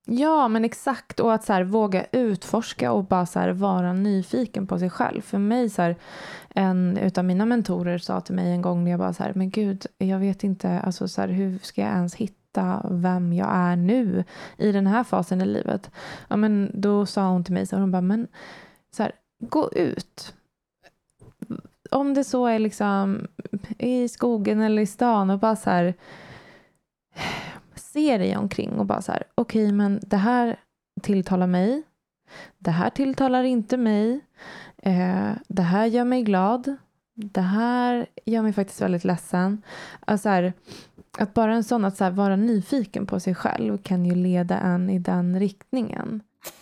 Ja, men exakt. Och att så här, våga utforska och bara så här, vara nyfiken på sig själv. För mig, så här, en utav mina mentorer sa till mig en gång när jag bara så här, men gud, jag vet inte, alltså så här, hur ska jag ens hitta vem jag är nu i den här fasen i livet? Ja, men då sa hon till mig, så hon bara, men så här, gå ut. Om det så är liksom i skogen eller i stan och bara så här, se dig omkring och bara så här, okej, men det här tilltalar mig. Det här tilltalar inte mig. Det här gör mig glad. Det här gör mig faktiskt väldigt ledsen. Alltså här, att bara en sån, att så här, vara nyfiken på sig själv kan ju leda en i den riktningen.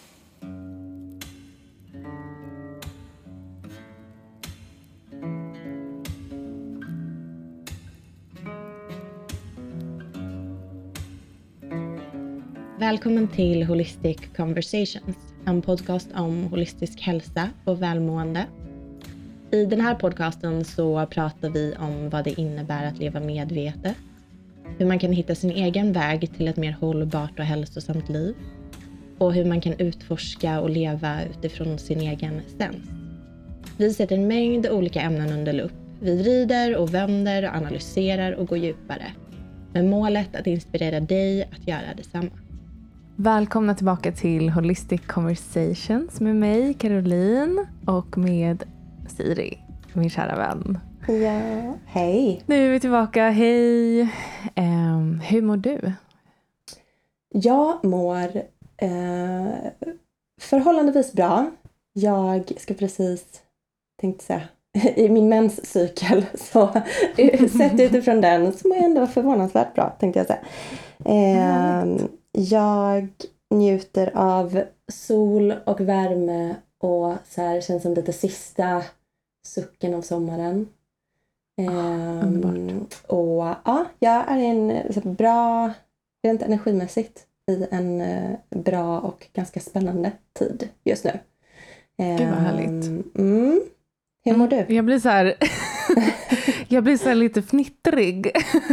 Välkommen till Holistic Conversations, en podcast om holistisk hälsa och välmående. I den här podcasten så pratar vi om vad det innebär att leva medvetet, hur man kan hitta sin egen väg till ett mer hållbart och hälsosamt liv och hur man kan utforska och leva utifrån sin egen essens. Vi sätter en mängd olika ämnen under lupp. Vi vrider och vänder och analyserar och går djupare, med målet att inspirera dig att göra detsamma. Välkomna tillbaka till Holistic Conversations med mig, Caroline, och med Siri, min kära vän. Ja, hej. Nu är vi tillbaka, hej. Hur mår du? Jag mår förhållandevis bra. Jag ska precis, tänkte säga, i min menscykel, så sett utifrån den så mår jag ändå förvånansvärt bra, tänkte jag säga. Jag njuter av sol och värme och så här känns som lite sista sucken av sommaren. Och ja, jag är i en så bra, rent energimässigt, i en bra och ganska spännande tid just nu. Gud vad härligt. Hur mår du? Jag blir så här jag blir så här lite fnittrig.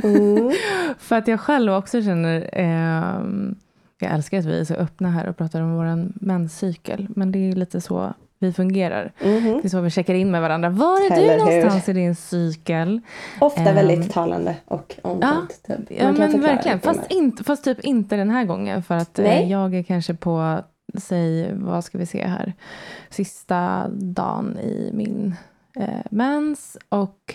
För att jag själv också känner jag älskar att vi är så öppna här och pratar om våran menscykel, men det är lite så vi fungerar. Det är så vi checkar in med varandra. Var är du någonstans i din cykel? Ofta väldigt talande och omtänt. Ja, typ. ja men verkligen. Fast typ inte den här gången. För att jag är kanske på, säg, vad ska vi se här, sista dagen i min mens. Och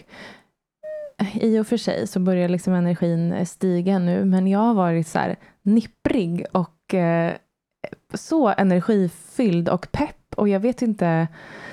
i och för sig så börjar liksom energin stiga nu. Men jag har varit så här nipprig och så energifylld och pepp. Och jag vet inte,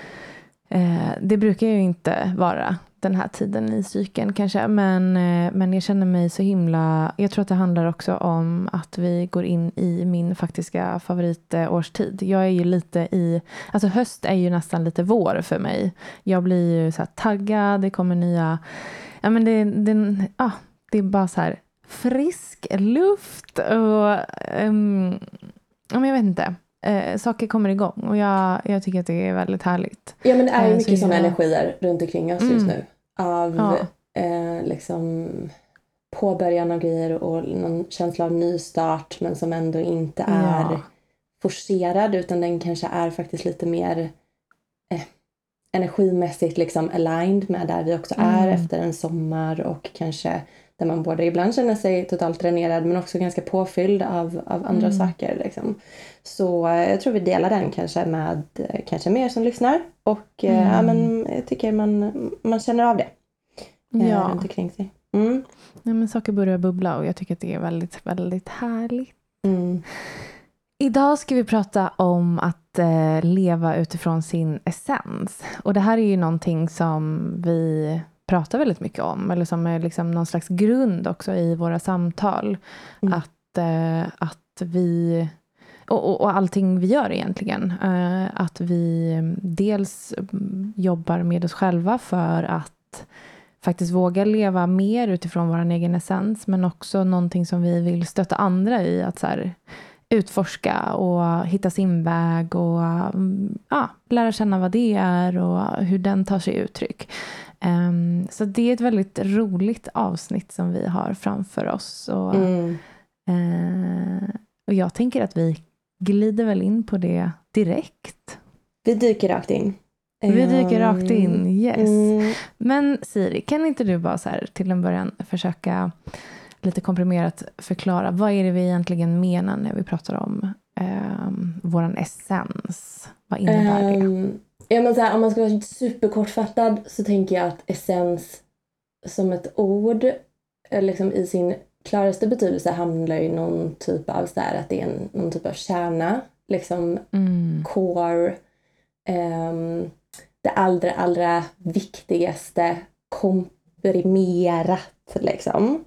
det brukar ju inte vara den här tiden i cykeln kanske. Men jag känner mig så himla, jag tror att det handlar också om att vi går in i min faktiska favoritårstid. Jag är ju lite i, alltså höst är ju nästan lite vår för mig. Jag blir ju så här taggad, det kommer nya, ja men det är bara så här frisk luft och jag vet inte. Saker kommer igång och jag tycker att det är väldigt härligt. Ja, men det är ju mycket sådana energier runt omkring oss just nu. Av liksom påbörjan av grejer och någon känsla av nystart, men som ändå inte är forcerad, utan den kanske är faktiskt lite mer energimässigt liksom aligned med där vi också är efter en sommar, och kanske där man både ibland känner sig totalt dränerad men också ganska påfylld av andra saker liksom. Så jag tror vi delar den kanske med kanske mer som lyssnar, och ja, men jag tycker man känner av det runt omkring sig. Ja, men saker börjar bubbla och jag tycker att det är väldigt, väldigt härligt. Idag ska vi prata om att leva utifrån sin essens. Och det här är ju någonting som vi pratar väldigt mycket om, eller som är liksom någon slags grund också i våra samtal. Att vi, och allting vi gör egentligen, att vi dels jobbar med oss själva för att faktiskt våga leva mer utifrån vår egen essens, men också någonting som vi vill stötta andra i, att så här, utforska och hitta sin väg och lära känna vad det är och hur den tar sig uttryck. Så det är ett väldigt roligt avsnitt som vi har framför oss. Och Och jag tänker att vi glider väl in på det direkt. Vi dyker rakt in. Vi dyker rakt in, yes. Men Siri, kan inte du bara så här till en början försöka lite komprimerat förklara, vad är det vi egentligen menar när vi pratar om våran essens? Vad innebär det? Ja, men så här, om man ska vara superkortfattad så tänker jag att essens som ett ord liksom i sin klaraste betydelse handlar ju någon typ av så här, att det är någon typ av kärna, liksom core, det allra viktigaste komprimerat liksom.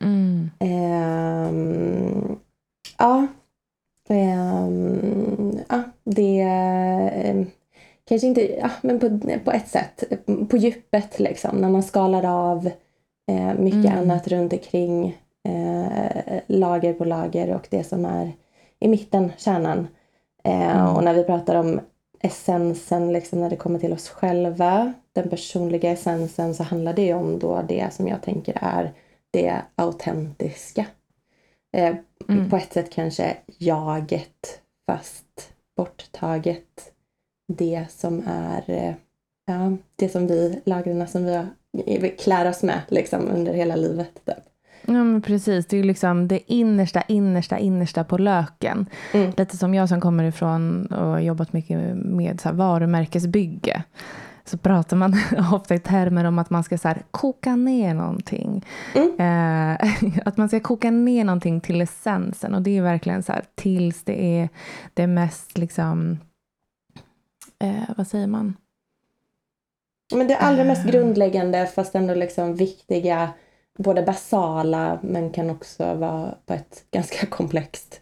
Det kanske inte, men på ett sätt, på djupet liksom, när man skalar av mycket annat runt omkring, lager på lager, och det som är i mitten, kärnan. Och när vi pratar om essensen liksom, när det kommer till oss själva, den personliga essensen, så handlar det om då det som jag tänker är det autentiska. På ett sätt kanske jaget, fast borttaget. Det som är det som vi, lagren som vi klär oss med liksom, under hela livet typ. Ja, men precis. Det är liksom det innersta på löken. Lite som jag som kommer ifrån och jobbat mycket med så här varumärkesbygge. Så pratar man ofta i termer om att man ska så här koka ner någonting. Att man ska koka ner någonting till essensen. Och det är verkligen så här tills det är det mest liksom, vad säger man? Men det allra mest grundläggande, fast ändå liksom viktiga, både basala men kan också vara på ett ganska komplext.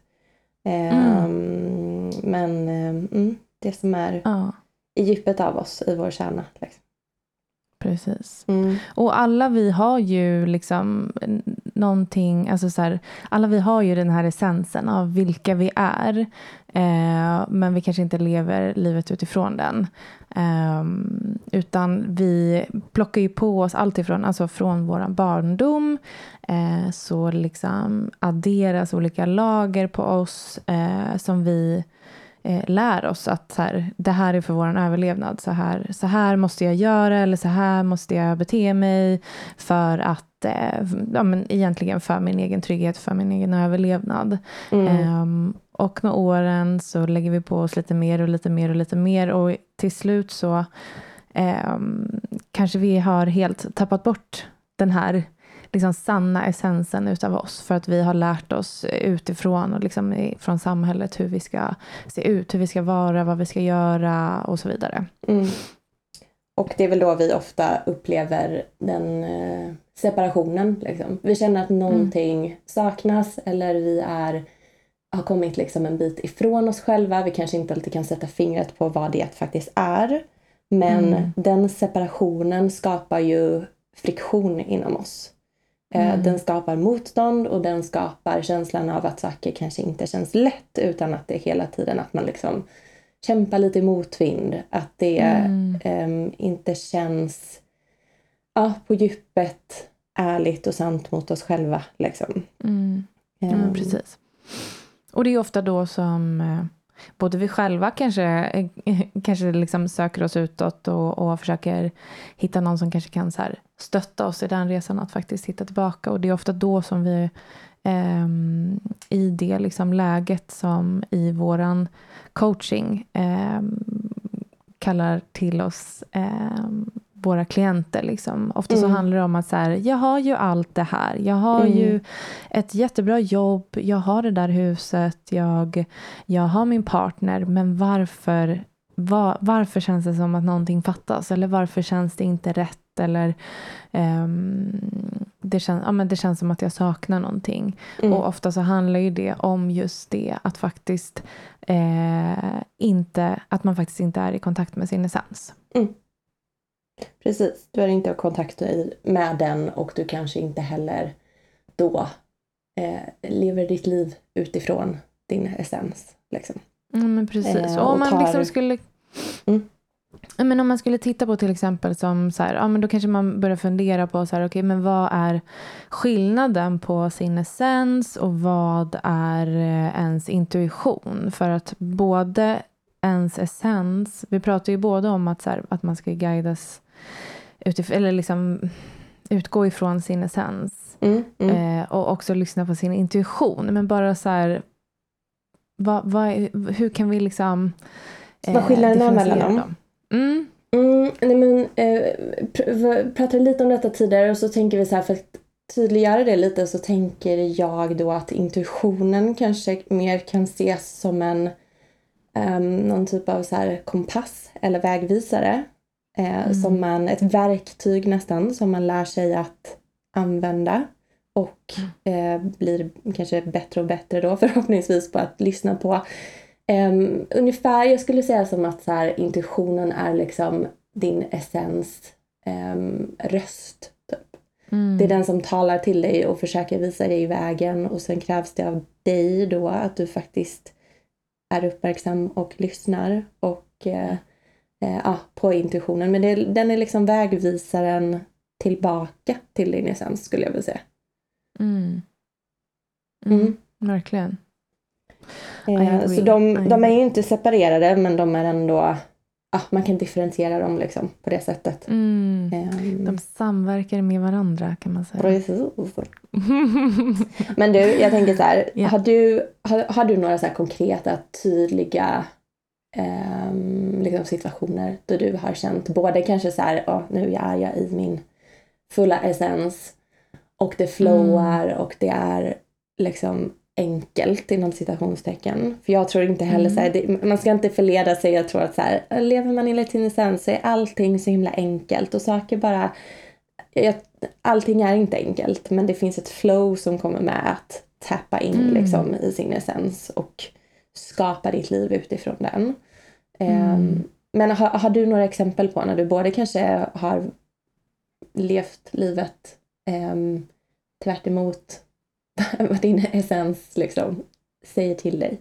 Men det som är i djupet av oss, i vår kärna. Liksom. Precis. Och alla vi har ju liksom någonting, alltså så här, alla vi har ju den här essensen av vilka vi är, men vi kanske inte lever livet utifrån den. Utan vi plockar ju på oss allt ifrån, alltså från våran barndom, så liksom adderas olika lager på oss som vi lär oss att så här, det här är för vår överlevnad, så här måste jag göra, eller så här måste jag bete mig för att men egentligen för min egen trygghet, för min egen överlevnad. Och med åren så lägger vi på oss lite mer och lite mer och lite mer, och till slut så kanske vi har helt tappat bort den här liksom sanna essensen utav oss, för att vi har lärt oss utifrån och liksom från samhället hur vi ska se ut, hur vi ska vara, vad vi ska göra och så vidare. Och det är väl då vi ofta upplever den separationen liksom. Vi känner att någonting saknas, eller vi har kommit liksom en bit ifrån oss själva. Vi kanske inte alltid kan sätta fingret på vad det faktiskt är, men den separationen skapar ju friktion inom oss. Den skapar motstånd, och den skapar känslan av att saker kanske inte känns lätt, utan att det är hela tiden att man liksom kämpar lite i motvind. Att det inte känns på djupet ärligt och sant mot oss själva. Liksom. Precis. Och det är ofta då som både vi själva kanske liksom söker oss utåt och försöker hitta någon som kanske kan så här stötta oss i den resan att faktiskt hitta tillbaka. Och det är ofta då som vi i det liksom läget som i våran coaching kallar till oss våra klienter liksom. Ofta så handlar det om att så här, jag har ju allt det här. Jag har ju ett jättebra jobb. Jag har det där huset. Jag har min partner. Men varför känns det som att någonting fattas? Eller varför känns det inte rätt? Eller det känns som att jag saknar någonting. Och ofta så handlar ju det om just det. Att faktiskt att man faktiskt inte är i kontakt med sin essens. Precis, du är inte i kontakt med den, och du kanske inte heller då lever ditt liv utifrån din essens. Liksom. Men precis, och om man liksom skulle... Men om man skulle titta på till exempel som så här, ja men då kanske man börjar fundera på så här, okej, men vad är skillnaden på sin essens och vad är ens intuition? För att både ens essens, vi pratar ju både om att så här, att man ska guidas utifrån, eller liksom utgå ifrån sin essens och också lyssna på sin intuition, men bara så här, hur kan vi liksom vad skillnaden mellan dem? Nej, men pratade lite om detta tidigare och så tänker vi så här, för att tydliggöra det lite så tänker jag då att intuitionen kanske mer kan ses som någon typ av så här kompass eller vägvisare, som ett verktyg nästan som man lär sig att använda och blir kanske bättre och bättre då förhoppningsvis på att lyssna på. Ungefär, jag skulle säga som att så här, intuitionen är liksom din essens röst typ. Det är den som talar till dig och försöker visa dig vägen, och sen krävs det av dig då att du faktiskt är uppmärksam och lyssnar och på intuitionen, men den är liksom vägvisaren tillbaka till din essens, skulle jag vilja säga. Verkligen. Så de är ju inte separerade, men de är ändå, man kan differentiera dem liksom på det sättet. De samverkar med varandra, kan man säga. Precis. Men du, jag tänker så här, har du några så här konkreta, tydliga liksom situationer då du har känt både kanske så här, nu är jag i min fulla essens och det flowar och det är liksom enkelt inom citationstecken. För jag tror inte heller så här, man ska inte förleda sig. Jag tror att så här, lever man i sin essens så är allting så himla enkelt och saker bara, allting är inte enkelt, men det finns ett flow som kommer med att tappa in liksom i sin essens och skapa ditt liv utifrån den. Men har du några exempel på när du både kanske har levt livet tvärt emot vad din essens liksom säger till dig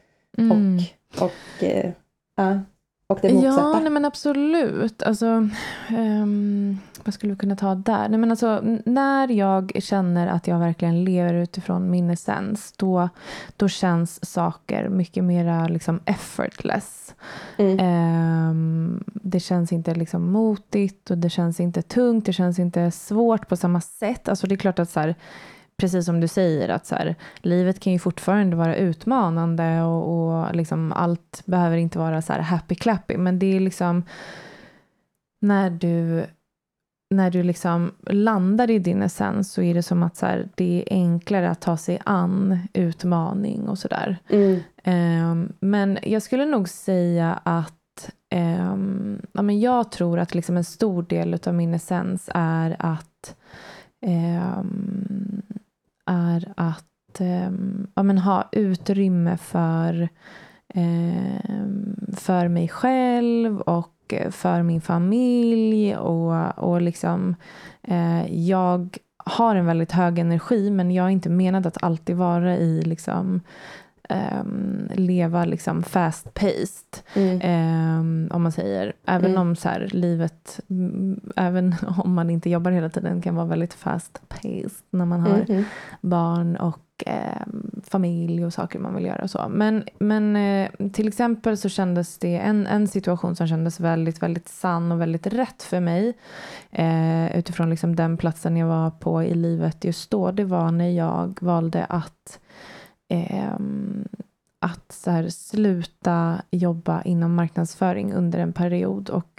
och det motsatta? Ja, nej men absolut. Alltså, vad skulle vi kunna ta där? Nej men alltså, när jag känner att jag verkligen lever utifrån min essens, då känns saker mycket mer liksom effortless. Det känns inte liksom motigt och det känns inte tungt, det känns inte svårt på samma sätt. Alltså det är klart att så här, precis som du säger, att så här, livet kan ju fortfarande vara utmanande och liksom allt behöver inte vara så här happy clappy, men det är liksom när du liksom landar i din essens så är det som att så här, det är enklare att ta sig an utmaning och sådär. Men jag skulle nog säga att men jag tror att liksom en stor del av min essens är att ha utrymme för mig själv och för min familj och liksom jag har en väldigt hög energi, men jag är inte menad att alltid vara i liksom leva liksom fast paced om man säger, även om så här, livet även om man inte jobbar hela tiden kan vara väldigt fast paced när man har barn och familj och saker man vill göra och så, men till exempel så kändes det en situation som kändes väldigt, väldigt sann och väldigt rätt för mig utifrån liksom den platsen jag var på i livet just då. Det var när jag valde att så här, sluta jobba inom marknadsföring under en period och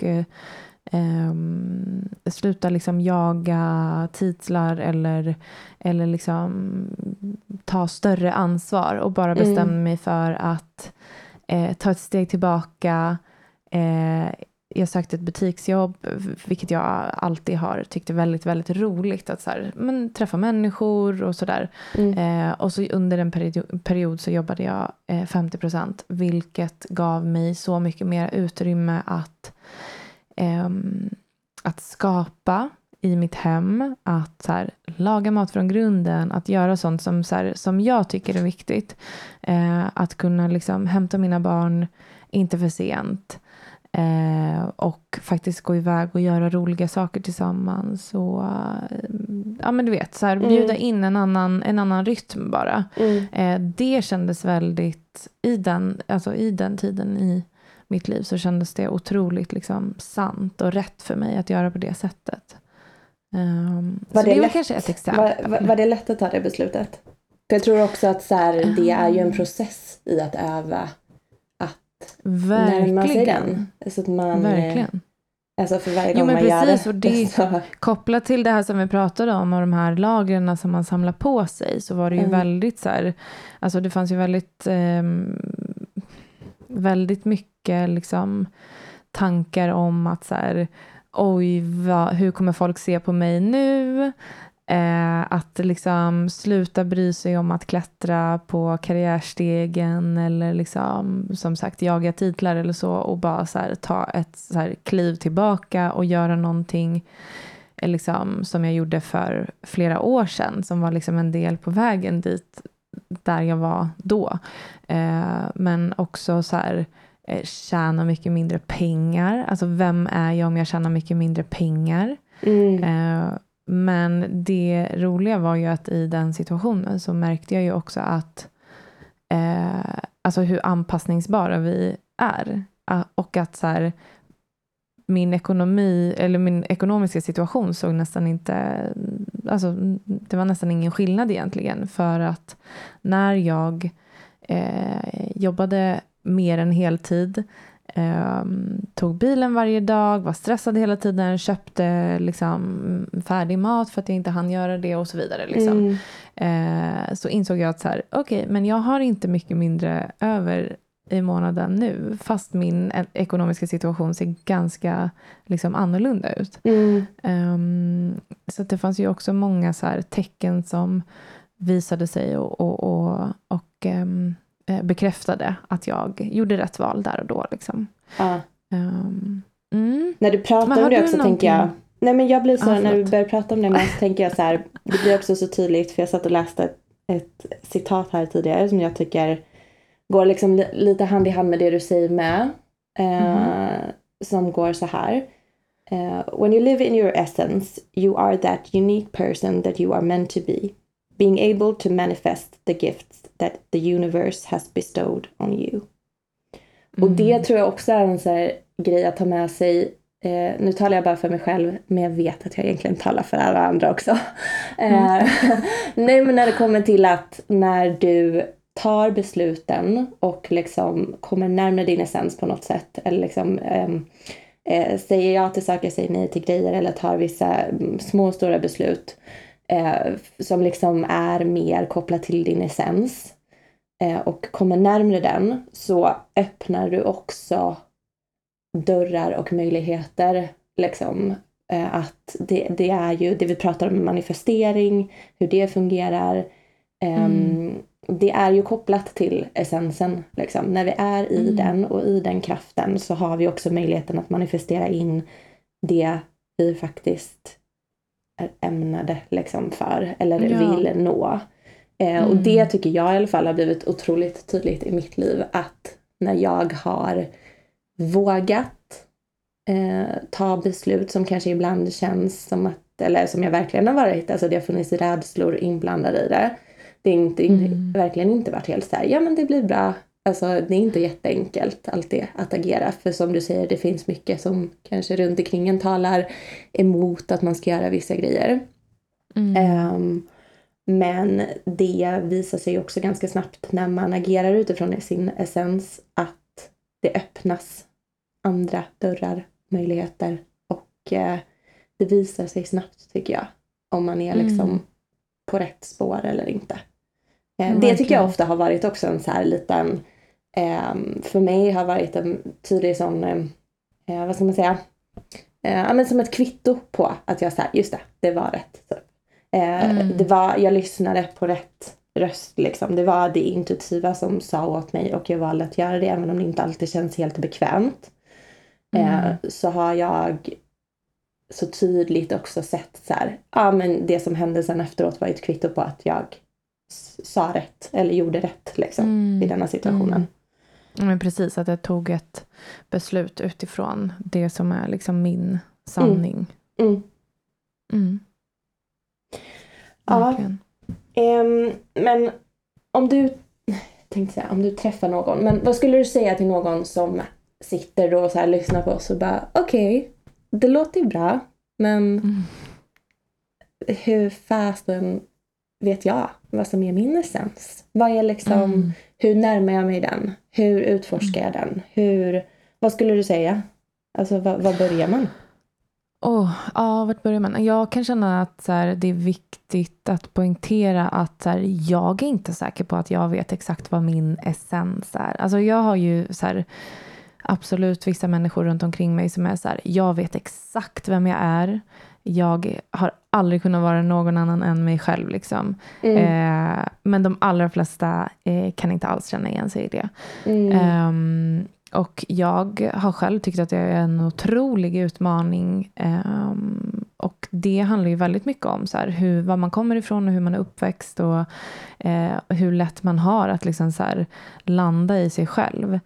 sluta liksom jaga titlar eller liksom ta större ansvar och bara bestämma mig för att ta ett steg tillbaka. Jag sökte ett butiksjobb, vilket jag alltid har tyckt är väldigt, väldigt roligt att så här, men träffa människor och sådär. Och så under en period så jobbade jag 50%, vilket gav mig så mycket mer utrymme att skapa i mitt hem, att så här, laga mat från grunden, att göra sånt som, så här, som jag tycker är viktigt. Att kunna liksom hämta mina barn inte för sent. Och faktiskt gå iväg och göra roliga saker tillsammans. Och ja, men du vet, så här, bjuda in en annan rytm bara. Det kändes väldigt, i den tiden i mitt liv så kändes det otroligt liksom sant och rätt för mig att göra på det sättet. Var så det var lätt? Kanske ett exempel. Var det lätt att ta det beslutet? För jag tror också att så här, det är ju en process i att öva att närma sig den. Så att man, verkligen. Alltså för varje gång man gör det. Och det så. Kopplat till det här som vi pratade om och de här lagren som man samlar på sig, så var det ju väldigt så här, alltså det fanns ju väldigt mycket liksom tankar om att så här, oj, hur kommer folk se på mig nu? Att liksom sluta bry sig om att klättra på karriärstegen eller liksom, som sagt, jaga titlar eller så, och bara så här, ta ett så här kliv tillbaka och göra någonting liksom, som jag gjorde för flera år sedan, som var liksom en del på vägen dit där jag var då. Men också så här, tjäna mycket mindre pengar. Alltså vem är jag om jag tjänar mycket mindre pengar? Men det roliga var ju att i den situationen så märkte jag ju också att alltså hur anpassningsbara vi är. Och att så här, min ekonomiska situation såg nästan inte, alltså det var nästan ingen skillnad egentligen, för att när jag jobbade mer än heltid, tog bilen varje dag, var stressad hela tiden, köpte liksom färdig mat för att jag inte hann göra det och så vidare liksom. Så insåg jag att så här, okej, men jag har inte mycket mindre över i månaden nu, fast min ekonomiska situation ser ganska liksom annorlunda ut. Så att det fanns ju också många så här tecken som visade sig och bekräftade att jag gjorde rätt val där och då liksom. När du pratar om det också tänker jag, nej men jag blir så när du börjar prata om det, men så tänker jag så här, det blir också så tydligt, för jag satt och läste ett citat här tidigare som jag tycker går liksom lite hand i hand med det du säger med, som går så här: when you live in your essence, you are that unique person that you are meant to be, being able to manifest the gifts that the universe has bestowed on you. Och det tror jag också är en så här grej att ta med sig. Nu talar jag bara för mig själv, men jag vet att jag egentligen talar för alla andra också. Nej, men när det kommer till att när du tar besluten och liksom kommer närmare din essens på något sätt, eller liksom säger ja till saker, säger nej till grejer, eller tar vissa små och stora beslut som liksom är mer kopplat till din essens, och kommer närmare den, så öppnar du också dörrar och möjligheter liksom, att det är ju det vi pratar om, manifestering, hur det fungerar, det är ju kopplat till essensen liksom. När vi är i den och i den kraften, så har vi också möjligheten att manifestera in det vi faktiskt är ämnade liksom för, eller vill nå. Och det tycker jag i alla fall har blivit otroligt tydligt i mitt liv, att när jag har vågat ta beslut som kanske ibland känns som att, eller som jag verkligen har varit, alltså det har funnits rädslor inblandade i det. Det är inte, verkligen inte varit helt så här, ja men det blir bra. Alltså det är inte jätteenkelt alltid att agera, för som du säger, det finns mycket som kanske runt omkring en talar emot att man ska göra vissa grejer. Men det visar sig också ganska snabbt när man agerar utifrån sin essens, att det öppnas andra dörrar, möjligheter, och det visar sig snabbt, tycker jag, om man är liksom på rätt spår eller inte. Det tycker jag ofta har varit också en så här liten, för mig har varit en tydlig sån, vad ska man säga, men som ett kvitto på att jag så här, just det var rätt. Så. Det var, jag lyssnade på rätt röst liksom. Det var det intuitiva som sa åt mig, och jag valde att göra det, även om det inte alltid känns helt bekvämt. Så har jag så tydligt också sett så här, men det som hände sen efteråt var ett kvitto på att jag sa rätt eller gjorde rätt liksom, i denna situationen. Men precis, att jag tog ett beslut utifrån det som är liksom min sanning. Ja, men om du träffar någon, men vad skulle du säga till någon som sitter och så här lyssnar på oss och bara okej, det låter ju bra, men hur fasen vet jag vad som är min essens? Vad är liksom, hur närmar jag mig den? Hur utforskar jag den? Vad skulle du säga? Alltså, vad börjar man? Vart börjar man? Jag kan känna att så här, det är viktigt att poängtera att så här, jag är inte säker på att jag vet exakt vad min essens är. Alltså jag har ju så här, absolut vissa människor runt omkring mig som är så här, jag vet exakt vem jag är. Jag har aldrig kunnat vara någon annan än mig själv liksom. Men de allra flesta kan inte alls känna igen sig i det. Och jag har själv tyckt att det är en otrolig utmaning. Och det handlar ju väldigt mycket om så här, var man kommer ifrån och hur man är uppväxt. Och hur lätt man har att liksom så här, landa i sig själv.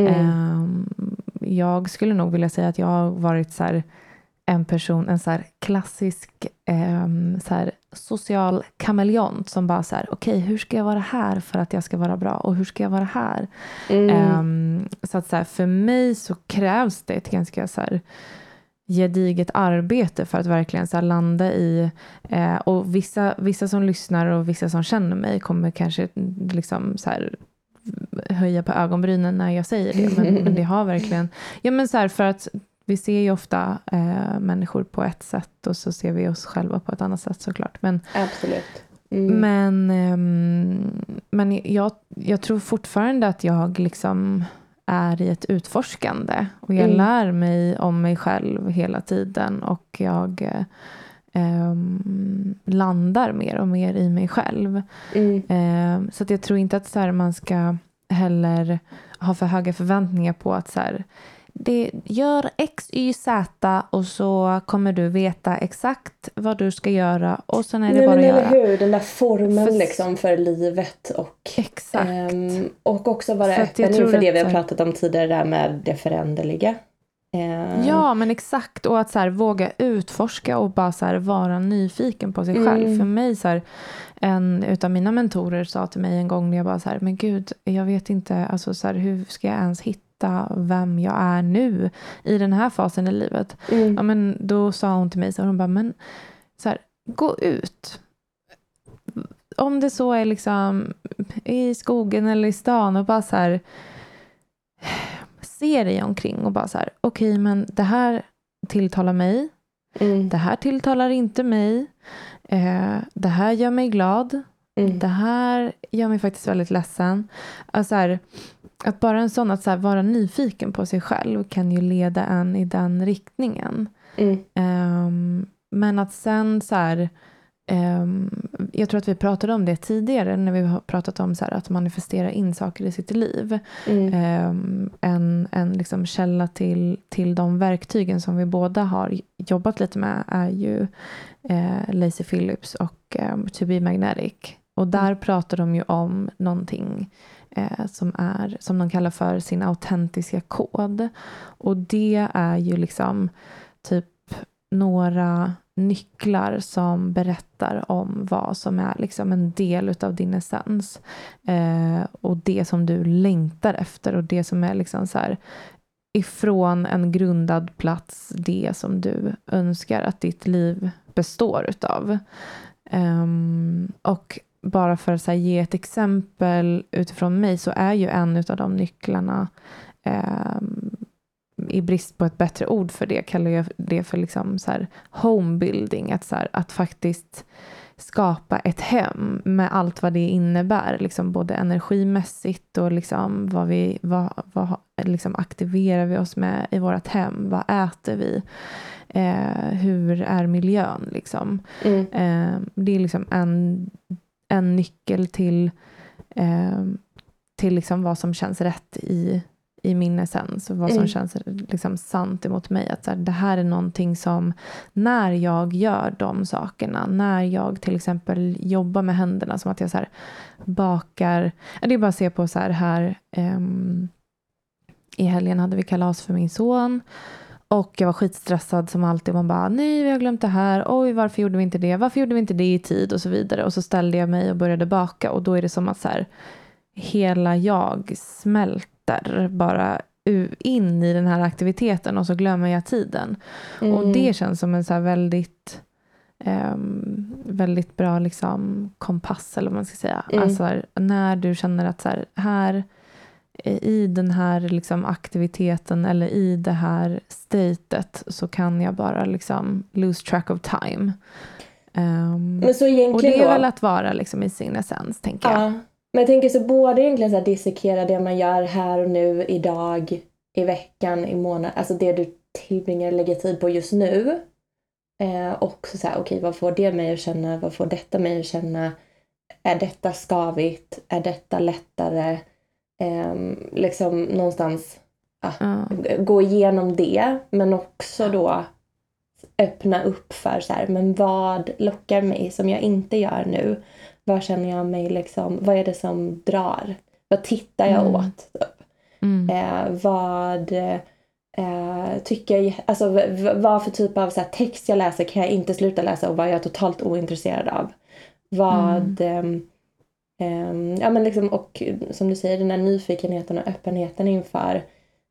Jag skulle nog vilja säga att jag har varit så här, en så här klassisk så här social kameleont som bara så här, okej, hur ska jag vara här för att jag ska vara bra, och hur ska jag vara här? Så att så här, för mig så krävs det ett ganska så här gediget arbete för att verkligen så här landa i, och vissa som lyssnar och vissa som känner mig kommer kanske liksom så här höja på ögonbrynen när jag säger det, men det har verkligen, ja men så här, för att vi ser ju ofta människor på ett sätt och så ser vi oss själva på ett annat sätt såklart. Men, absolut. Men jag tror fortfarande att jag liksom är i ett utforskande. Och jag lär mig om mig själv hela tiden. Och jag landar mer och mer i mig själv. Så att jag tror inte att så här, man ska heller ha för höga förväntningar på att så här, det gör X, Y, Z och så kommer du veta exakt vad du ska göra och sen är det bara att göra. Eller hur, den där formen liksom för livet och exakt. Och också vara öppen inför det vi har pratat om tidigare där med det föränderliga. Ja, men exakt, och att så här, våga utforska och bara så här, vara nyfiken på sig själv. För mig så här, en utav mina mentorer sa till mig en gång när jag bara så här, men gud, jag vet inte, alltså så här, hur ska jag ens hitta vem jag är nu i den här fasen i livet. Ja, men då sa hon till mig så hon bara, men så här, gå ut. Om det så är liksom i skogen eller i stan och bara så här, se dig omkring och bara så här, okej, men det här tilltalar mig. Det här tilltalar inte mig. Det här gör mig glad. Det här gör mig faktiskt väldigt ledsen. Alltså här, att bara en sån, att så här, vara nyfiken på sig själv kan ju leda en i den riktningen. Men att sen så här, jag tror att vi pratade om det tidigare när vi har pratat om så här, att manifestera in saker i sitt liv. En liksom källa till de verktygen som vi båda har jobbat lite med är ju Lacy Phillips och To Be Magnetic. Och där pratar de ju om någonting som de kallar för sin autentiska kod. Och det är ju liksom typ några nycklar som berättar om vad som är liksom en del utav din essens. Och det som du längtar efter och det som är liksom så här ifrån en grundad plats, det som du önskar att ditt liv består utav. Och bara för att så här, ge ett exempel utifrån mig, så är ju en utav de nycklarna, i brist på ett bättre ord för det, kallar jag det för liksom så här homebuilding, att så här, att faktiskt skapa ett hem med allt vad det innebär, liksom både energimässigt och liksom vad liksom aktiverar vi oss med i vårt hem, vad äter vi, hur är miljön liksom. Det är liksom en nyckel till liksom vad som känns rätt i min essens och vad som känns liksom sant emot mig. Att så här, det här är någonting som när jag gör de sakerna, när jag till exempel jobbar med händerna, som att jag så här bakar, det är bara att se på så här i helgen hade vi kalas för min son. Och jag var skitstressad som alltid. Man bara, nej vi har glömt det här. Oj, varför gjorde vi inte det? Varför gjorde vi inte det i tid? Och så vidare. Och så ställde jag mig och började baka. Och då är det som att så här, hela jag smälter bara in i den här aktiviteten. Och så glömmer jag tiden. Och det känns som en så här väldigt bra liksom kompass eller vad man ska säga. Alltså här, när du känner att så här i den här liksom aktiviteten eller i det här statet så kan jag bara liksom lose track of time. Men så egentligen och det är då, väl att vara liksom i sin essens, tänker jag. Men jag tänker så både egentligen så här dissekera det man gör här och nu, idag, i veckan, i månaden, alltså det du tillbringar, lägger tid på just nu. Och så här, okej, vad får det mig att känna? Vad får detta mig att känna? Är detta skavigt? Är detta lättare? Liksom någonstans gå igenom det, men också då öppna upp för så här, men vad lockar mig som jag inte gör nu? Vad känner jag mig liksom, vad är det som drar? Vad tittar jag åt? Vad tycker jag, alltså vad för typ av så här, text jag läser kan jag inte sluta läsa och vad jag är totalt ointresserad av? Vad ja men liksom, och som du säger, den här nyfikenheten och öppenheten inför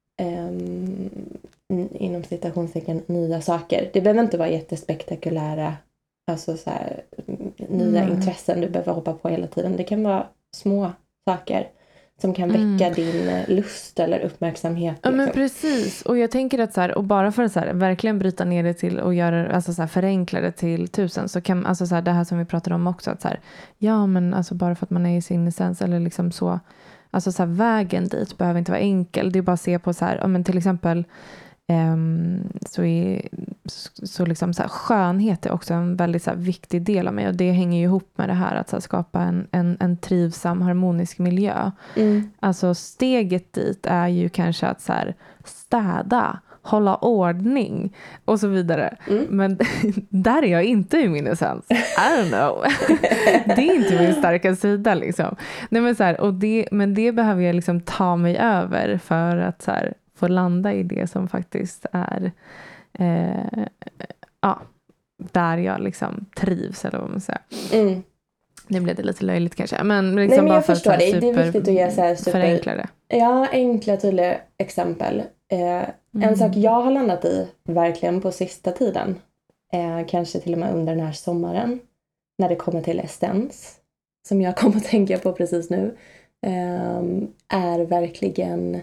inom citationstecken nya saker. Det behöver inte vara jättespektakulära, alltså så här, nya intressen du behöver hoppa på hela tiden. Det kan vara små saker som kan väcka din lust eller uppmärksamhet. Ja, liksom. men precis. Och jag tänker att så här, och bara för att så här, verkligen bryta ner det till och göra, alltså så här, förenkla det till 1000, så kan, alltså så här, det här som vi pratade om också, att så här, ja men alltså bara för att man är i sin essens eller liksom så, alltså så här, vägen dit behöver inte vara enkel. Det är bara att se på så här, ja men till exempel så liksom så här, skönhet är också en väldigt så här, viktig del av mig, och det hänger ju ihop med det här att så här, skapa en trivsam, harmonisk miljö. Alltså steget dit är ju kanske att så här, städa, hålla ordning och så vidare. Men där är jag inte i min essens. I don't know. Det är inte min starka sida liksom. Nej, men så här, men det behöver jag liksom ta mig över för att så här, få landa i det som faktiskt är där jag liksom trivs, eller vad man säger. Det blev det lite löjligt kanske. Men liksom, nej, men bara jag för förstår det. Det är viktigt att ge så här förenkla det. Ja, enkla tydliga exempel. En sak jag har landat i verkligen på sista tiden, kanske till och med under den här sommaren, när det kommer till essens, som jag kommer att tänka på precis nu, är verkligen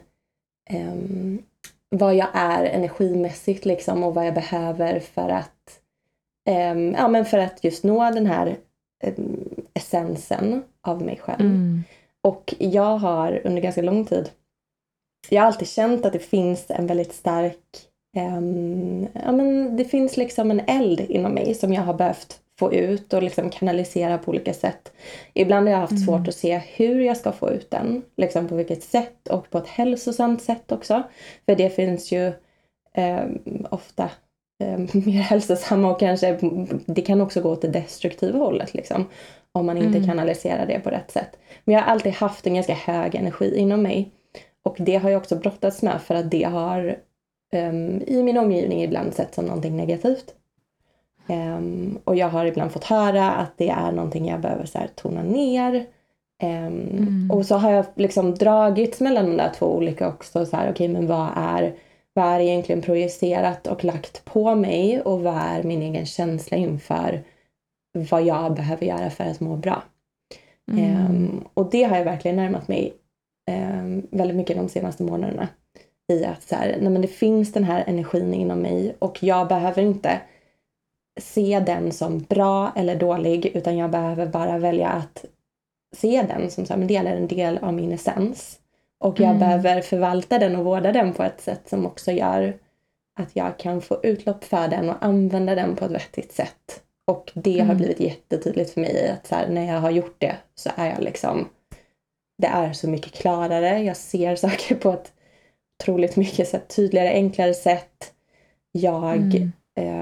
vad jag är energimässigt liksom, och vad jag behöver för att men för att just nå den här essensen av mig själv. Och jag har under ganska lång tid, jag har alltid känt att det finns en väldigt stark men det finns liksom en eld inom mig som jag har behövt få ut och liksom kanalisera på olika sätt. Ibland har jag haft svårt att se hur jag ska få ut den, liksom på vilket sätt, och på ett hälsosamt sätt också. För det finns ju ofta mer hälsosamma, och kanske det kan också gå åt det destruktiva hållet liksom, om man inte kanaliserar det på rätt sätt. Men jag har alltid haft en ganska hög energi inom mig, och det har jag också brottats med, för att det har i min omgivning ibland sett som någonting negativt. Och jag har ibland fått höra att det är någonting jag behöver så här tona ner. Och så har jag liksom dragits mellan de där två olika också. Så här, okej, men vad är egentligen projicerat och lagt på mig, och vad är min egen känsla inför vad jag behöver göra för att må bra. Och det har jag verkligen närmat mig väldigt mycket de senaste månaderna. I att så här, nej, men det finns den här energin inom mig, och jag behöver inte se den som bra eller dålig, utan jag behöver bara välja att se den som så här, men det är en del av min essens, och jag behöver förvalta den och vårda den på ett sätt som också gör att jag kan få utlopp för den och använda den på ett vettigt sätt. Och det har blivit jättetydligt för mig att så här, när jag har gjort det, så är jag liksom, det är så mycket klarare, jag ser saker på ett otroligt mycket så här, tydligare, enklare sätt.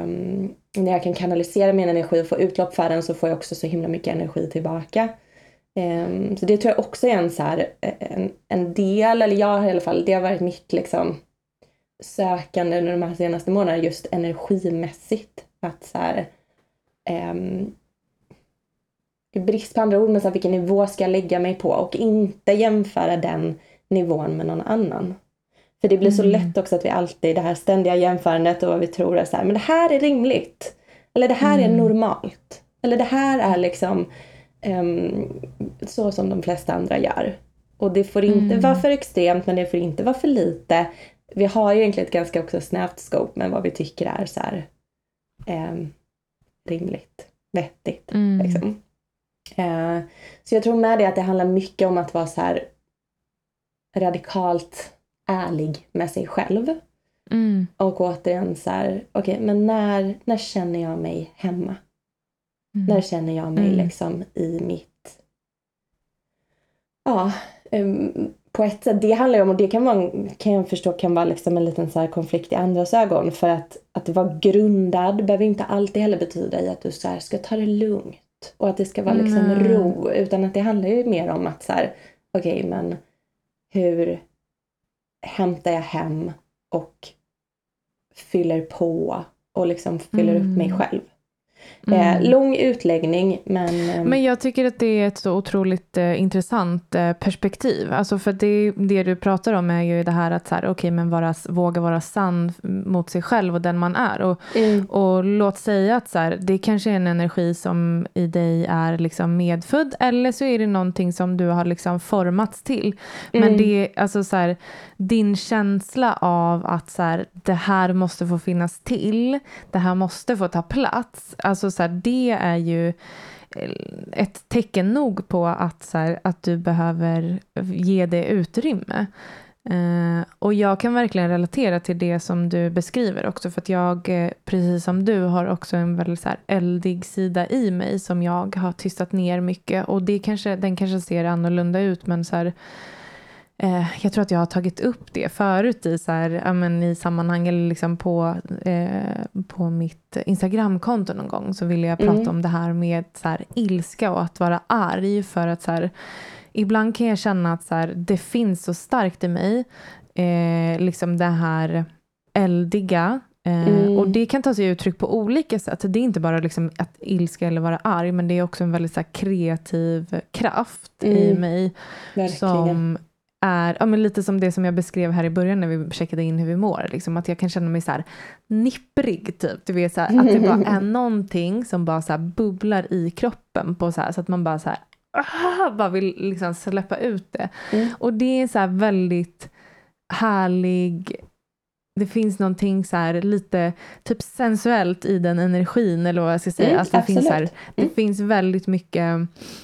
När jag kan kanalisera min energi och få utlopp för den, så får jag också så himla mycket energi tillbaka. Så det tror jag också är en, så här, en del, eller jag i alla fall, det har varit mitt liksom, sökande under de här senaste månaderna just energimässigt. Att så här, brist på andra ord, men så här, vilken nivå ska jag lägga mig på och inte jämföra den nivån med någon annan. För det blir så lätt också att vi alltid, det här ständiga jämförandet och vad vi tror är så här, men det här är rimligt. Eller det här är normalt. Eller det här är liksom så som de flesta andra gör. Och det får inte vara för extremt, men det får inte vara för lite. Vi har ju egentligen ett ganska också snävt scope med vad vi tycker är så här, rimligt, vettigt. Liksom. Så jag tror med det att det handlar mycket om att vara så här radikalt ärlig med sig själv. Och återigen så här, okej, men när känner jag mig hemma? När känner jag mig liksom i mitt... Ja, på ett sätt, det handlar ju om, och det kan jag förstå kan vara liksom en liten så här konflikt i andras ögon, för att vara grundad behöver inte alltid heller betyda i att du så här ska ta det lugnt och att det ska vara liksom ro, utan att det handlar ju mer om att så här, okej, men hur hämtar jag hem och fyller på och liksom fyller upp mig själv. Lång utläggning, men jag tycker att det är ett så otroligt intressant perspektiv. Alltså för det du pratar om är ju det här att så här, okej, men våga vara sann mot sig själv och den man är. Och låt säga att så här, det kanske är en energi som i dig är liksom medfödd, eller så är det någonting som du har liksom formats till. Men det är alltså så här, din känsla av att så här, det här måste få finnas till, det här måste få ta plats. Alltså så här, det är ju ett tecken nog på att, så här, att du behöver ge det utrymme. Och jag kan verkligen relatera till det som du beskriver också, för att jag, precis som du, har också en väldigt så här eldig sida i mig som jag har tystat ner mycket, och den kanske ser annorlunda ut, men så här, jag tror att jag har tagit upp det förut i, så här, i sammanhang eller liksom på mitt Instagramkonto någon gång, så ville jag prata om det här med så här, ilska och att vara arg, för att så här, ibland kan jag känna att så här, det finns så starkt i mig liksom det här eldiga, och det kan ta sig uttryck på olika sätt. Det är inte bara liksom att ilska eller vara arg, men det är också en väldigt så här, kreativ kraft i mig. Verkligen. Som är men lite som det som jag beskrev här i början när vi checkade in hur vi mår. Liksom, att jag kan känna mig så här nipprig typ. Du vet, så här, att det bara är någonting som bara så här bubblar i kroppen på så här, så att man bara så här bara vill liksom släppa ut det. Och det är så här väldigt härlig. Det finns någonting så här lite typ sensuellt i den energin, eller vad jag ska säga. Att det finns så här, det finns väldigt mycket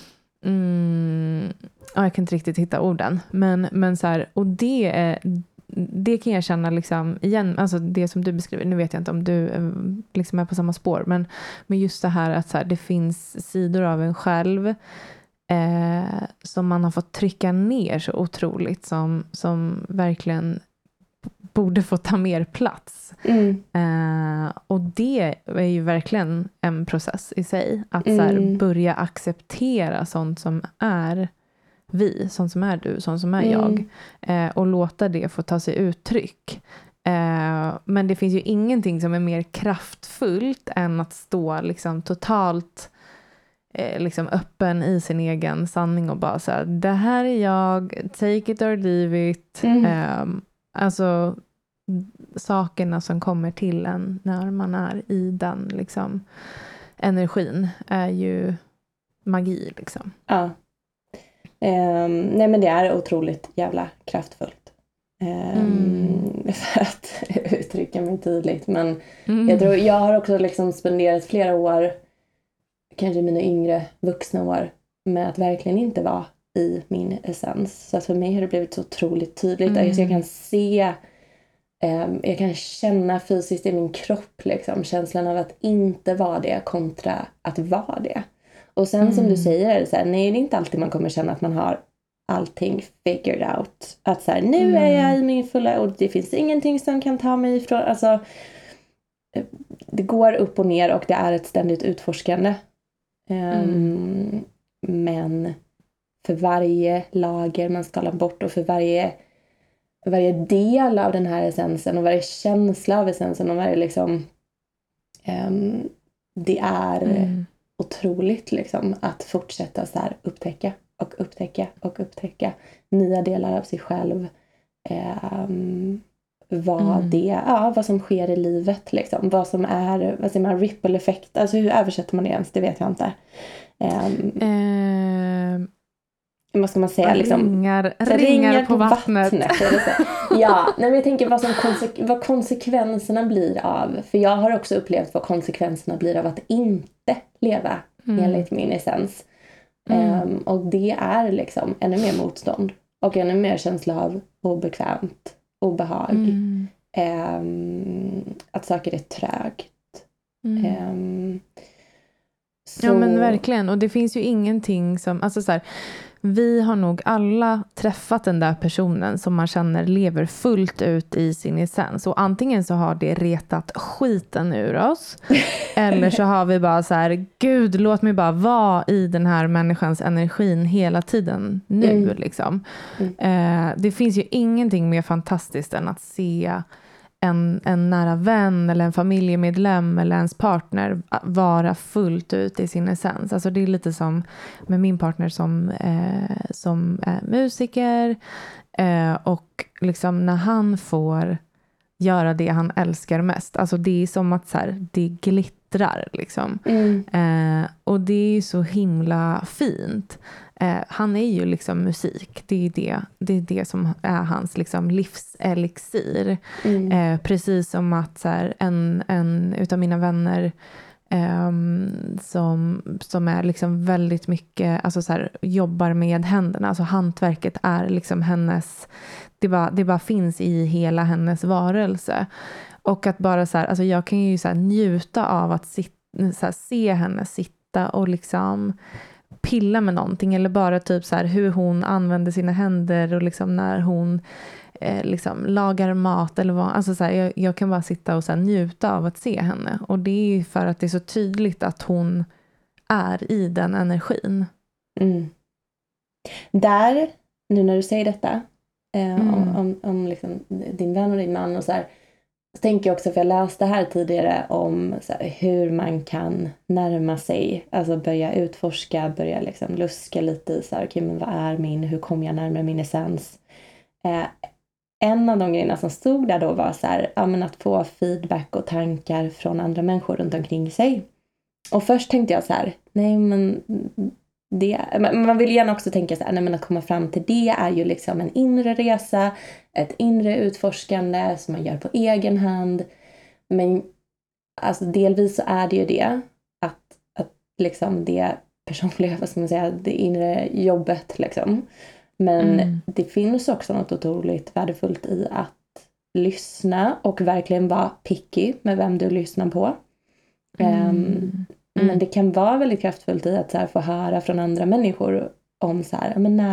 jag kan inte riktigt hitta orden, men så här, och det kan jag känna liksom igen, alltså det som du beskriver. Nu vet jag inte om du liksom är på samma spår, men just det här att så här, det finns sidor av en själv som man har fått trycka ner så otroligt, som verkligen borde få ta mer plats. Och det är ju verkligen en process i sig, att så här, börja acceptera sånt som är vi, sånt som är du, sånt som är jag, och låta det få ta sig uttryck. Men det finns ju ingenting som är mer kraftfullt än att stå liksom totalt liksom öppen i sin egen sanning och bara säga, det här är jag, take it or leave it. Alltså sakerna som kommer till en när man är i den liksom energin är ju magi liksom. Ja. Nej, men det är otroligt jävla kraftfullt. För att uttrycka mig tydligt. Men jag tror, jag har också liksom spenderat flera år, kanske mina yngre vuxna år, med att verkligen inte vara i min essens. Så att för mig har det blivit så otroligt tydligt. Alltså jag kan se, jag kan känna fysiskt i min kropp liksom, känslan av att inte vara det kontra att vara det. Och sen som du säger är det så här, nej, det är inte alltid man kommer känna att man har allting figured out. Att så här, nu är jag i min fulla, och det finns ingenting som kan ta mig ifrån. Alltså, det går upp och ner och det är ett ständigt utforskande. Men för varje lager man skalar bort och för varje del av den här essensen och varje känsla av essensen och varje liksom det är otroligt liksom att fortsätta så här upptäcka nya delar av sig själv, vad som sker i livet liksom, vad som är ripple effekt, alltså hur översätter man det ens, det vet jag inte. Vad ska man säga liksom? Ringar på vattnet. Ja, men jag tänker vad konsekvenserna blir av, för jag har också upplevt vad konsekvenserna blir av att inte leva enligt min essens. Och det är liksom ännu mer motstånd och ännu mer känsla av obekvämt, obehag, att saker är trögt. Ja men verkligen, och det finns ju ingenting som, alltså så här, vi har nog alla träffat den där personen som man känner lever fullt ut i sin essens, och antingen så har det retat skiten ur oss eller så har vi bara så här, gud låt mig bara vara i den här människans energin hela tiden nu liksom. Det finns ju ingenting mer fantastiskt än att se en nära vän eller en familjemedlem eller ens partner vara fullt ut i sin essens. Alltså det är lite som med min partner som är musiker, och liksom när han får göra det han älskar mest. Alltså det är som att så här, det glittrar liksom. Och det är så himla fint. Han är ju liksom musik. Det är det som är hans liksom livselixir. Precis som att så här, en utav mina vänner som är liksom väldigt mycket, alltså så här, jobbar med händerna. Alltså hantverket är liksom hennes, det bara finns i hela hennes varelse. Och att bara så här, alltså jag kan ju så här njuta av att se henne sitta och liksom pilla med någonting, eller bara typ så här hur hon använder sina händer och liksom när hon liksom lagar mat eller vad, alltså så här, jag kan bara sitta och så här njuta av att se henne, och det är ju för att det är så tydligt att hon är i den energin. Där, nu när du säger detta om liksom din vän och din man och så här, så tänker jag också, för jag läste här tidigare om så här, hur man kan närma sig, alltså börja utforska, börja liksom luska lite i så här, okej, men vad är hur kommer jag närmare min essens? En av de grejerna som stod där då var så här, ja, men att få feedback och tankar från andra människor runt omkring sig. Och först tänkte jag så här, nej men man vill gärna också tänka så här, nej men att komma fram till det är ju liksom en inre resa, ett inre utforskande som man gör på egen hand. Men alltså delvis så är det ju det att liksom det personliga, vad ska man säga, det inre jobbet liksom. Men det finns också något otroligt värdefullt i att lyssna och verkligen vara picky med vem du lyssnar på. Men det kan vara väldigt kraftfullt i att så här, få höra från andra människor om så här, men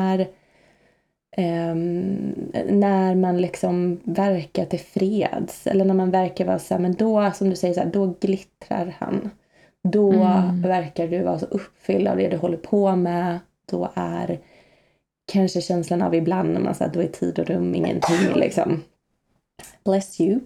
när man liksom verkar till freds, eller när man verkar vara så här, men då, som du säger så här, då glittrar han. Då verkar du vara så uppfylld av det du håller på med. Då är kanske känslan av ibland när man säger då är tid och rum ingenting liksom. Bless you.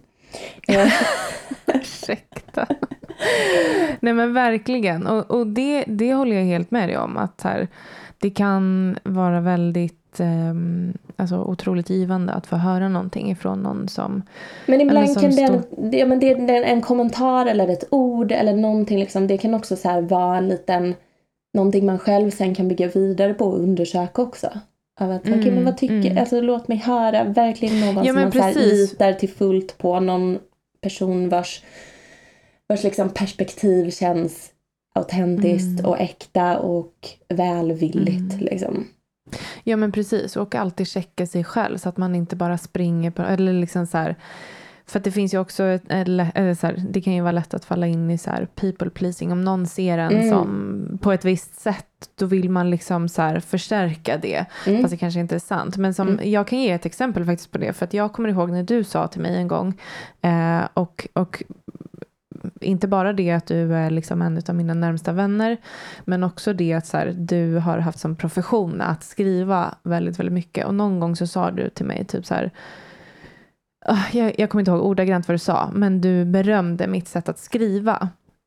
Ursäkta. Nej men verkligen. Och det håller jag helt med dig om. Att här, det kan vara väldigt alltså otroligt givande att få höra någonting ifrån någon som... Men ibland kan det är en kommentar eller ett ord eller någonting liksom, det kan också så här vara en liten, någonting man själv sen kan bygga vidare på och undersöka också. Av att, okej, men vad tycker, alltså låt mig höra verkligen någon som man så här litar till fullt på, någon person vars liksom perspektiv känns autentiskt och äkta och välvilligt liksom. Ja men precis, och alltid checka sig själv så att man inte bara springer på, eller liksom så här, för att det finns ju också så här, det kan ju vara lätt att falla in i så här people pleasing, om någon ser en som på ett visst sätt, då vill man liksom så här förstärka det, fast det kanske inte är sant, men som jag kan ge ett exempel faktiskt på det, för att jag kommer ihåg när du sa till mig en gång och inte bara det att du är liksom en av mina närmsta vänner, men också det att så här, du har haft som profession att skriva väldigt, väldigt mycket. Och någon gång så sa du till mig typ så här, jag kommer inte ihåg ordagrant vad du sa, men du berömde mitt sätt att skriva.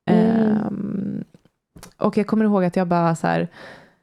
Och jag kommer ihåg att jag bara så här,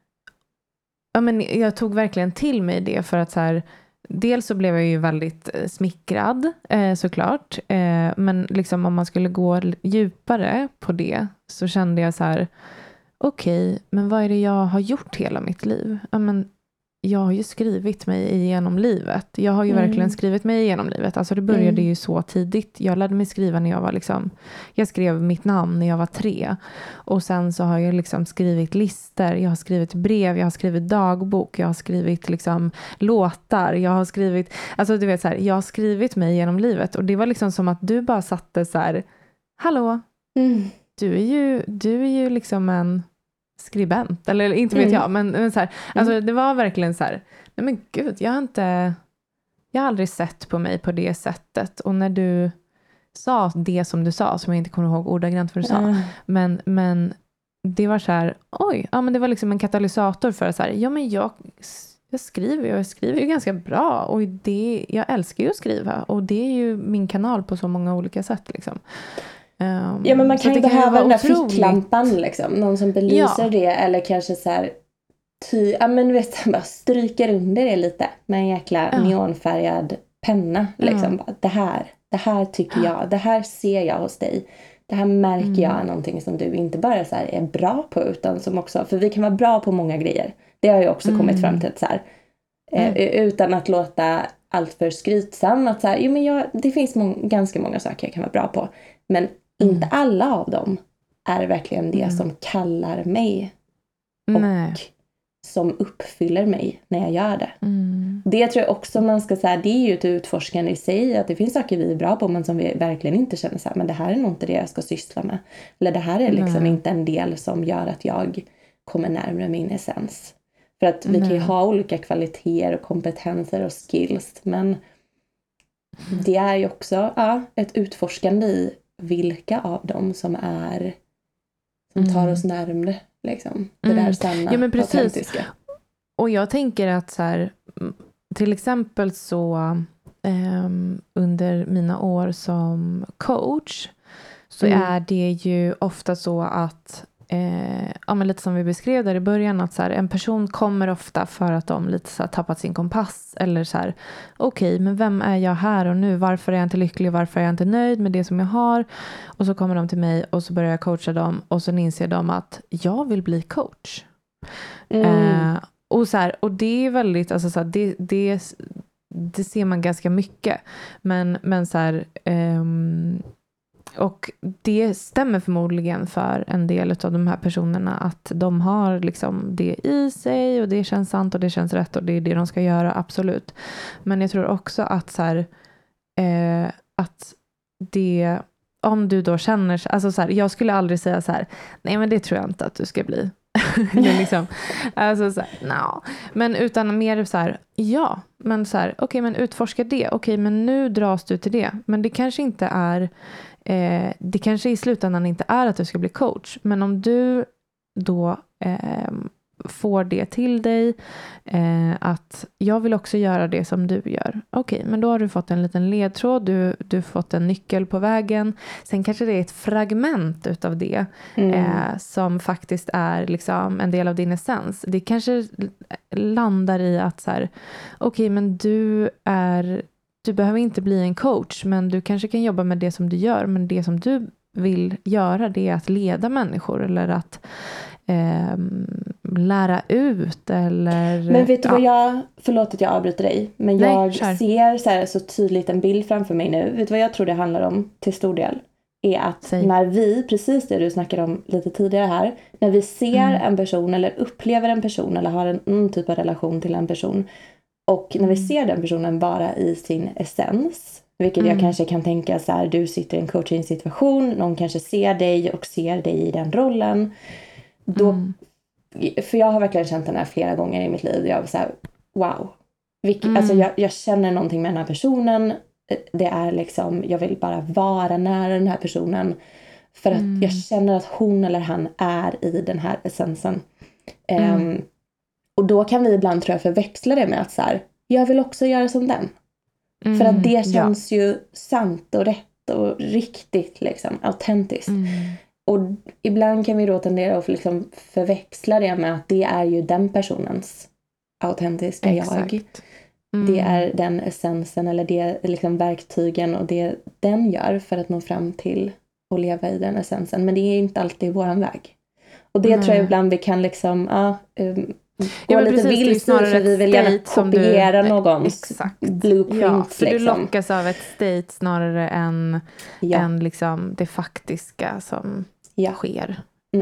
ja, men jag tog verkligen till mig det, för att så här, dels så blev jag ju väldigt smickrad såklart, men liksom om man skulle gå djupare på det så kände jag så här, okej, men vad är det jag har gjort hela mitt liv? Ja, men jag har ju skrivit mig igenom livet. Jag har ju verkligen skrivit mig igenom livet. Alltså det började ju så tidigt. Jag lärde mig skriva när jag var liksom, jag skrev mitt namn när jag var 3. Och sen så har jag liksom skrivit lister. Jag har skrivit brev. Jag har skrivit dagbok. Jag har skrivit liksom låtar. Jag har skrivit, alltså du vet så här, jag har skrivit mig genom livet. Och det var liksom som att du bara satte så här, hallå, du är ju liksom en skribent, eller inte vet jag, men så här, alltså det var verkligen så här, nej men gud, jag har aldrig sett på mig på det sättet. Och när du sa det som du sa, som jag inte kommer ihåg ordagrant vad du sa, men det var så här, oj, ja men det var liksom en katalysator för så här, ja men jag skriver ju ganska bra, och jag älskar ju att skriva, och det är ju min kanal på så många olika sätt liksom. Ja, men man kan ju behöva den där ficklampan liksom. Någon som belyser det, eller kanske så här ja men vet, bara stryker under det lite med en jäkla neonfärgad penna liksom. Bara, det här tycker jag, det här ser jag hos dig. Det här märker jag är någonting som du inte bara så här är bra på, utan som också, för vi kan vara bra på många grejer. Det har ju också kommit fram till så här, utan att låta allt för skrytsam, att så här, jo men det finns ganska många saker jag kan vara bra på, men inte alla av dem är verkligen det som kallar mig och som uppfyller mig när jag gör det. Det tror jag också man ska säga, det är ju ett utforskande i sig, att det finns saker vi är bra på men som vi verkligen inte känner så här, men det här är nog inte det jag ska syssla med. Eller det här är liksom inte en del som gör att jag kommer närmare min essens. För att vi kan ju ha olika kvaliteter och kompetenser och skills, men det är ju också ett utforskande i vilka av dem som tar oss närmare liksom. Det där sanna, ja, men precis. autentiska. Och jag tänker att så här, till exempel så under mina år som coach så är det ju ofta så att ja, men lite som vi beskrev där i början, att så här, en person kommer ofta för att de lite så här tappat sin kompass, eller så här, okej, men vem är jag här och nu? Varför är jag inte lycklig? Varför är jag inte nöjd med det som jag har? Och så kommer de till mig och så börjar jag coacha dem, och så inser de att jag vill bli coach. Och så här, och det är väldigt, alltså så här, det ser man ganska mycket, men så här, och det stämmer förmodligen för en del av de här personerna, att de har liksom det i sig, och det känns sant och det känns rätt, och det är det de ska göra, absolut. Men jag tror också att så här, att det, om du då känner, alltså så här, jag skulle aldrig säga så här, nej men det tror jag inte att du ska bli. liksom, alltså så här, no. Men utan mer så här, ja, men så här, okej, men utforska det, okej, men nu dras du till det, men det kanske inte är det kanske i slutändan inte är att du ska bli coach, men om du då får det till dig, att jag vill också göra det som du gör, okej, men då har du fått en liten ledtråd, du har fått en nyckel på vägen. Sen kanske det är ett fragment utav det som faktiskt är liksom en del av din essens. Det kanske landar i att så här, okej, men du behöver inte bli en coach, men du kanske kan jobba med det som du gör, men det som du vill göra, det är att leda människor, eller att lära ut, eller... Men vet du vad förlåt att jag avbryter dig, men jag ser så tydligt en bild framför mig nu. Vet du vad jag tror det handlar om till stor del? Är att när vi, precis det du snackade om lite tidigare här, när vi ser en person eller upplever en person eller har en typ av relation till en person, och när vi ser den personen bara i sin essens, vilket jag kanske kan tänka så här, du sitter i en coaching-situation, någon kanske ser dig och ser dig i den rollen. Då, för jag har verkligen känt den här flera gånger i mitt liv. Jag var så här, wow. Alltså jag känner någonting med den här personen. Det är liksom, jag vill bara vara nära den här personen. För att jag känner att hon eller han är i den här essensen. Och då kan vi ibland, tror jag, förväxla det med att så här, jag vill också göra som den. För att det känns ju sant och rätt och riktigt, liksom, autentiskt. Och ibland kan vi då tendera att liksom förväxla det med att det är ju den personens autentiska jag. Det är den essensen eller det liksom verktygen och det den gör för att nå fram till och leva i den essensen. Men det är inte alltid våran väg. Och det tror jag ibland vi kan liksom gå lite vilse för vi vill gärna kopiera någons blueprints. Ja, för liksom. Du lockas av ett state snarare än liksom det faktiska som sker.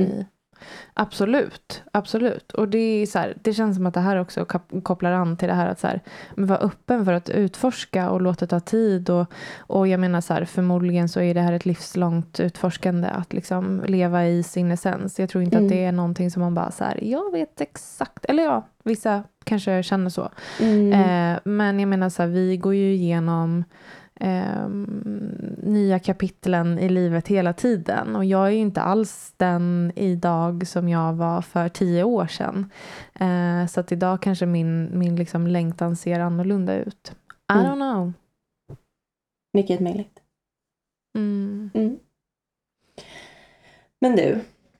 Absolut. Och det är så här, det känns som att det här också kopplar an till det här att så här, men vara öppen för att utforska och låta ta tid och jag menar så här, förmodligen så är det här ett livslångt utforskande att liksom leva i sin essens. Jag tror inte att det är någonting som man bara så här, jag vet exakt, eller vissa kanske känner så. Men jag menar så här, vi går ju igenom nya kapitlen i livet hela tiden och jag är ju inte alls den idag som jag var för 10 år sedan, så att idag kanske min liksom längtan ser annorlunda ut. I don't know. Mycket möjligt. Men du,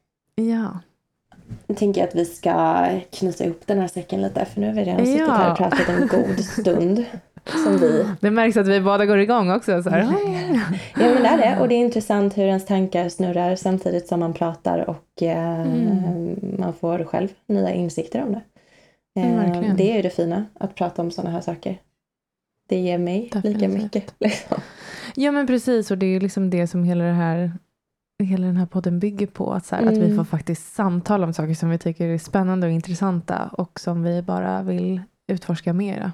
jag tänker att vi ska knyta ihop den här säcken lite, för nu har vi redan suttit här och pratat en god stund. Som vi. Det märks att vi båda går igång också. Så här. Ja, men det är det. Och det är intressant hur ens tankar snurrar samtidigt som man pratar och man får själv nya insikter om det. Det är ju det fina, att prata om sådana här saker. Det ger mig lika mycket. Liksom. Ja, men precis. Och det är liksom det som hela den här podden bygger på. Att, så här, att vi får faktiskt samtala om saker som vi tycker är spännande och intressanta och som vi bara vill utforska mera.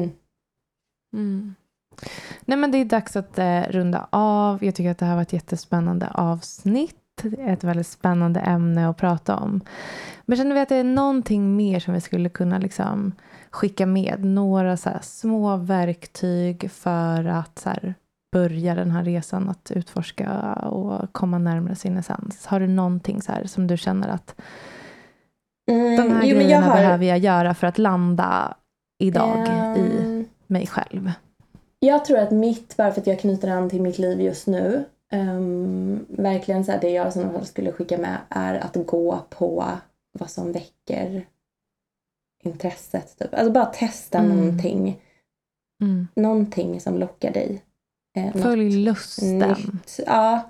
Nej, men det är dags att runda av. Jag tycker att det här var ett jättespännande avsnitt. Ett väldigt spännande ämne att prata om. Men känner vi att det är någonting mer som vi skulle kunna liksom skicka med? Några så här små verktyg för att så här börja den här resan att utforska och komma närmare sin essens. Har du någonting så här som du känner att de här grejerna behöver jag göra för att landa idag i mig själv? Jag tror att bara för att jag knyter an till mitt liv just nu, verkligen så här, det jag som skulle skicka med är att gå på vad som väcker intresset. Typ. Alltså bara testa någonting. Någonting som lockar dig. Följ lusten. Nytt.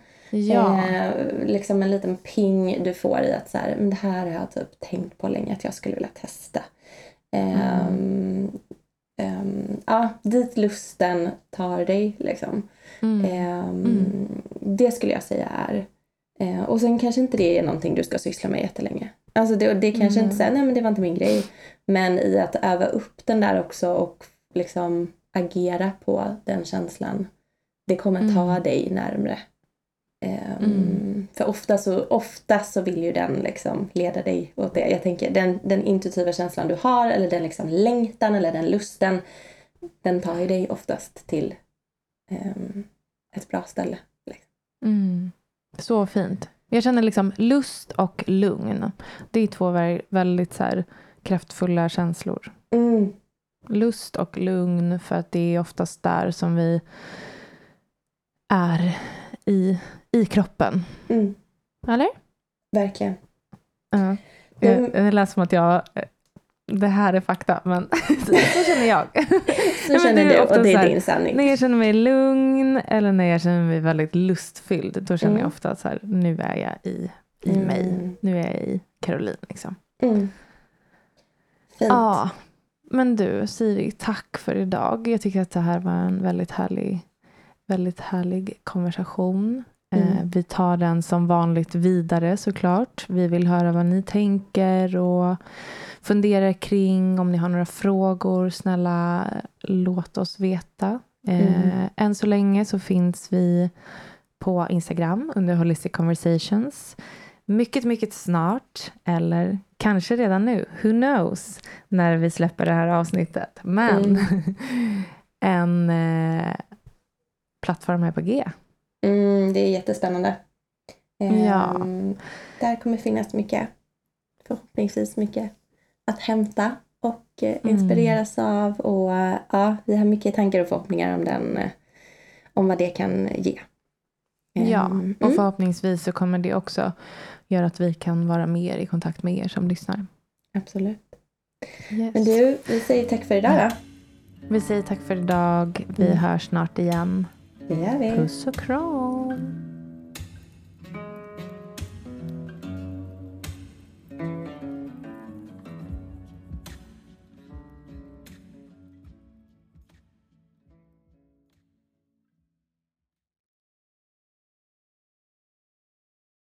Liksom en liten ping du får i att så här, men det här har jag typ tänkt på länge att jag skulle vilja testa. Dit lusten tar dig liksom. Det skulle jag säga är och sen kanske inte det är någonting du ska syssla med jättelänge. Alltså det kanske inte säger nej, men det var inte min grej, men i att öva upp den där också och liksom agera på den känslan, det kommer ta dig närmare. För ofta så vill ju den liksom leda dig åt det. Jag tänker den intuitiva känslan du har, eller den liksom längtan eller den lusten, den tar ju dig oftast till ett bra ställe. Liksom. Så fint. Jag känner liksom lust och lugn. Det är 2 väldigt så här kraftfulla känslor. Lust och lugn, för att det är oftast där som vi är i kroppen. Eller? Verkligen. Det lät som att det här är fakta, men så känner jag. Så känner du, och det är din sanning. När jag känner mig lugn eller när jag känner mig väldigt lustfylld, då känner jag ofta att så här, nu är jag i mig. Nu är jag i Caroline liksom. Fint. Men du, Siri, tack för idag. Jag tycker att det här var en väldigt härlig konversation. Vi tar den som vanligt vidare såklart. Vi vill höra vad ni tänker och funderar kring. Om ni har några frågor, snälla låt oss veta. Än så länge så finns vi på Instagram under Holistic Conversations. Mycket, mycket snart, eller kanske redan nu, who knows, när vi släpper det här avsnittet. Men en plattform här på G. Det är jättespännande. Där kommer finnas mycket, förhoppningsvis mycket att hämta och inspireras av. Och vi har mycket tankar och förhoppningar om vad det kan ge. Och förhoppningsvis så kommer det också göra att vi kan vara mer i kontakt med er som lyssnar. Absolut. Yes. Men du, vi säger tack för idag då. Vi säger tack för idag. Vi hörs snart igen. Det gör vi. Puss och kram.